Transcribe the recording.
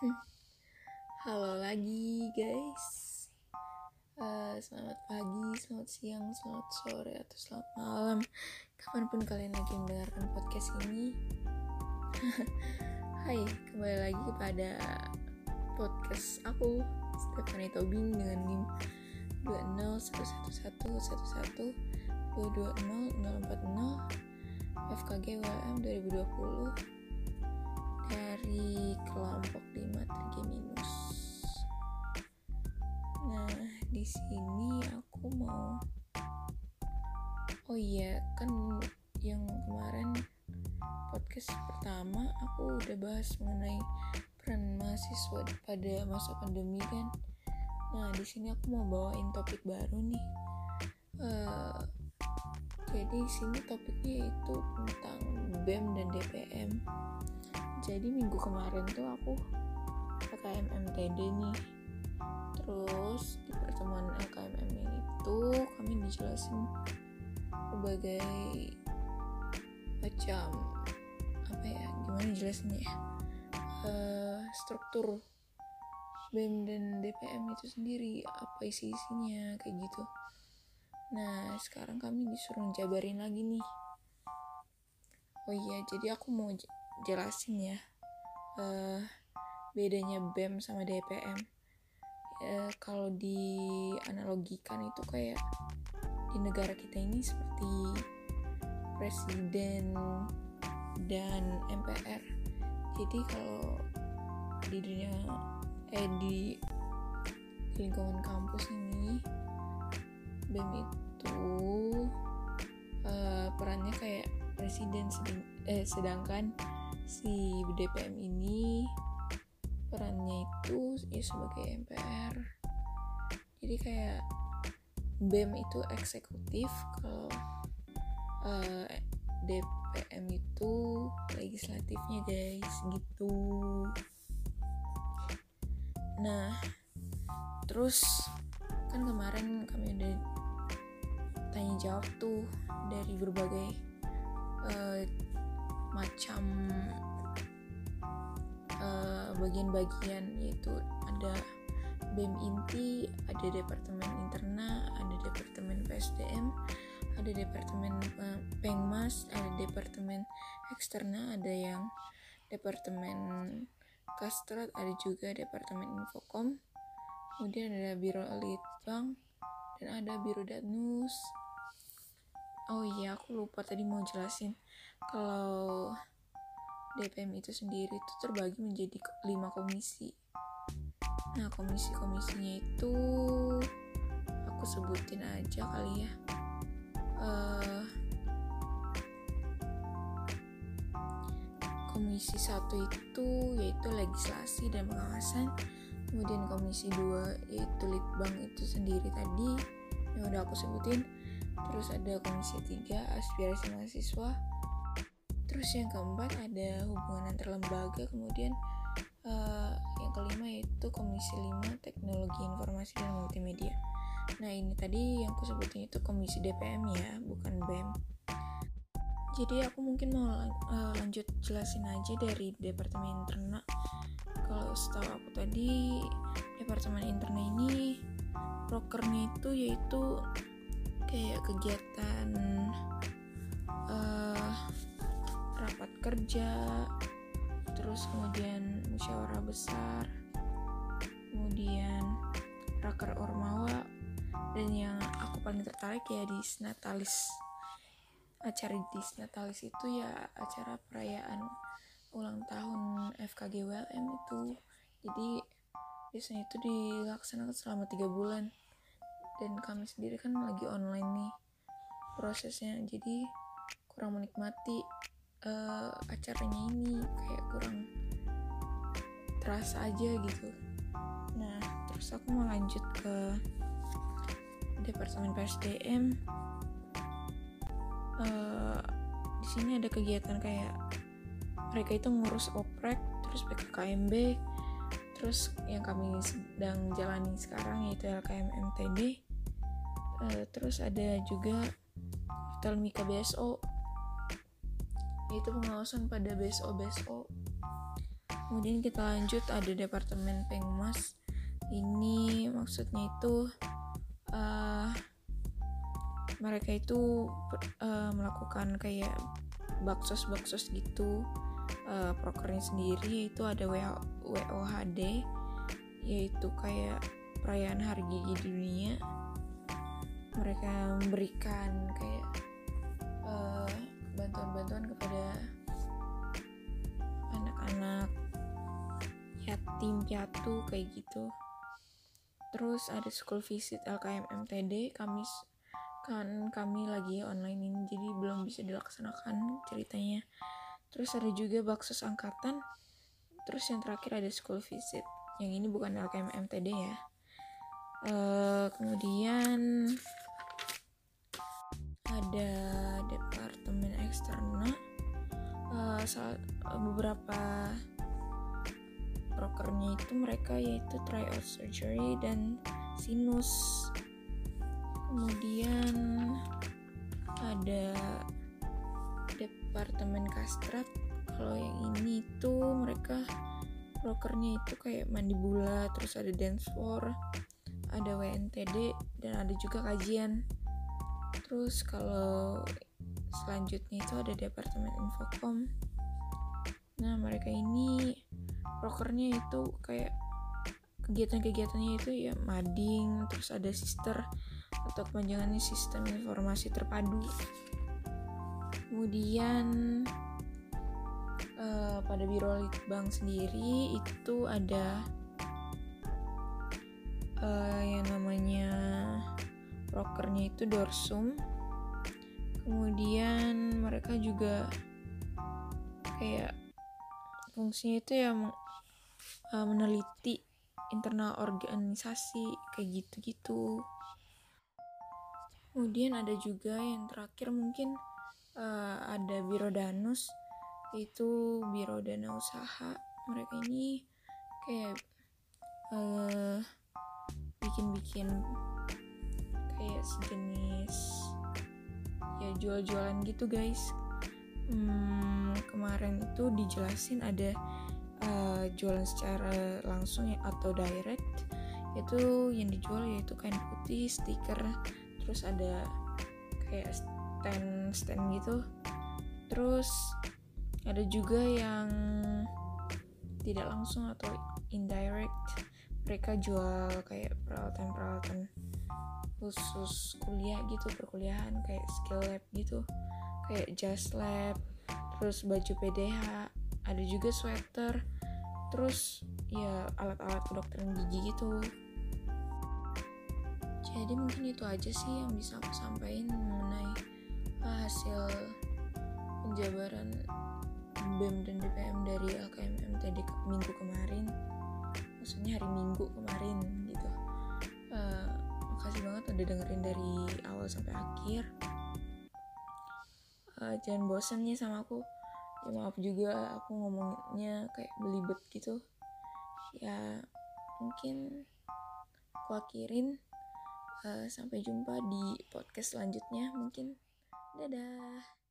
Halo lagi guys. Selamat pagi, selamat siang, selamat sore, atau selamat malam, kapanpun kalian lagi mendengarkan podcast ini. Hai, kembali lagi kepada podcast aku, Stephanie Tobing, dengan NIM 2011111220040 FKG WLM 2020 dari kelompok 5 3G minus. Nah, di sini aku mau kan yang kemarin podcast pertama aku udah bahas mengenai peran mahasiswa pada masa pandemi kan. Nah, di sini aku mau bawain topik baru nih. Jadi di sini topiknya itu tentang BEM dan DPM. Jadi minggu kemarin tuh aku LKM MTD nih. Terus di pertemuan LKMM itu kami dijelasin berbagai macam gimana jelasnya ya, struktur BEM dan DPM itu sendiri, apa isinya kayak gitu. Nah, sekarang kami disuruh jabarin lagi nih. Jadi aku mau jelasin ya bedanya BEM sama DPM. Kalau dianalogikan itu kayak di negara kita ini seperti presiden dan MPR. Jadi kalau di dunia di lingkungan kampus ini, BEM itu perannya kayak presiden, sedangkan si DPM ini perannya itu ya sebagai MPR. Jadi kayak BEM itu eksekutif, kalau DPM itu legislatifnya guys, gitu. Nah, terus kan kemarin kami udah tanya jawab tuh dari berbagai macam bagian-bagian, yaitu ada BEM inti, ada departemen interna, ada departemen PSDM, ada departemen Pengmas, ada departemen eksterna, ada yang departemen Kastrat, ada juga departemen Infokom, kemudian ada Biro Litbang, dan ada Biro Datnus. Aku lupa tadi mau jelasin kalau DPM itu sendiri itu terbagi menjadi 5 komisi. Nah, komisi-komisinya itu aku sebutin aja kali ya. Komisi 1 itu yaitu legislasi dan pengawasan. Kemudian komisi 2 yaitu litbang itu sendiri tadi yang udah aku sebutin. Terus ada komisi 3 aspirasi mahasiswa. Terus yang keempat ada hubungan antar lembaga. Kemudian yang kelima yaitu komisi 5 teknologi informasi dan multimedia. Nah, ini tadi yang aku sebutin itu komisi DPM ya, bukan BEM. Jadi aku mungkin mau lanjut jelasin aja dari departemen interna. Kalau setahu aku tadi, departemen interna ini prokernya itu yaitu kayak kegiatan rapat kerja, terus kemudian musyawarah besar, kemudian raker ormawa, dan yang aku paling tertarik ya Disnatalis. Acara Disnatalis itu ya acara perayaan ulang tahun FKG WLM itu. Jadi biasanya itu dilaksanakan selama 3 bulan, dan kami sendiri kan lagi online nih prosesnya, jadi kurang menikmati acaranya ini, kayak kurang terasa aja gitu. Nah, terus aku mau lanjut ke departemen PSDM. Di sini ada kegiatan kayak mereka itu ngurus oprek, terus PKKMB, terus yang kami sedang jalani sekarang yaitu LKM MTD. Terus ada juga Telmika BSO, yaitu pengawasan pada BSO. Kemudian kita lanjut, ada departemen pengmas. Ini maksudnya itu mereka itu melakukan kayak baksos gitu. Prokernya sendiri itu ada WOHD, yaitu kayak perayaan Hari Gigi Dunia. Mereka memberikan kayak bantuan-bantuan kepada anak-anak yatim piatu kayak gitu. Terus ada school visit LKM MTD. Kami lagi online ini, jadi belum bisa dilaksanakan ceritanya. Terus ada juga baksos angkatan. Terus yang terakhir ada school visit. Yang ini bukan LKM MTD ya. Kemudian ada departemen eksterna. Beberapa prokernya itu mereka yaitu tryout surgery dan sinus. Kemudian ada departemen kastrat. Kalau yang ini tuh mereka prokernya itu kayak mandibula, terus ada dance floor, ada WNTD, dan ada juga kajian. Terus kalau selanjutnya itu ada departemen infocom. Nah, mereka ini prokernya itu kayak kegiatan-kegiatannya itu ya mading, terus ada sister atau kepanjangannya sistem informasi terpadu. Kemudian pada Biro Litbang sendiri itu ada yang namanya prokernya itu dorsum. Kemudian mereka juga kayak fungsinya itu ya meneliti internal organisasi kayak gitu-gitu. Kemudian ada juga yang terakhir mungkin ada Biro Danus, yaitu Biro Dana Usaha. Mereka ini kayak bikin kayak sejenis ya jual-jualan gitu guys. Kemarin itu dijelasin ada jualan secara langsung ya, atau direct. Itu yang dijual yaitu kain putih, stiker, terus ada kayak stand gitu. Terus ada juga yang tidak langsung atau indirect. Mereka jual kayak peralatan khusus kuliah gitu, perkuliahan kayak skill lab gitu, kayak just lab, terus baju PDH, ada juga sweater, terus ya alat-alat kedokteran gigi gitu. Jadi mungkin itu aja sih yang bisa aku sampaikan mengenai hasil penjabaran BEM dan DPM dari LKM MTD minggu kemarin, maksudnya hari Minggu kemarin gitu. Makasih banget udah dengerin dari awal sampai akhir. Jangan bosan nih sama aku. Ya maaf juga aku ngomongnya kayak belibet gitu. Ya mungkin aku akhirin. Sampai jumpa di podcast selanjutnya mungkin. Dadah.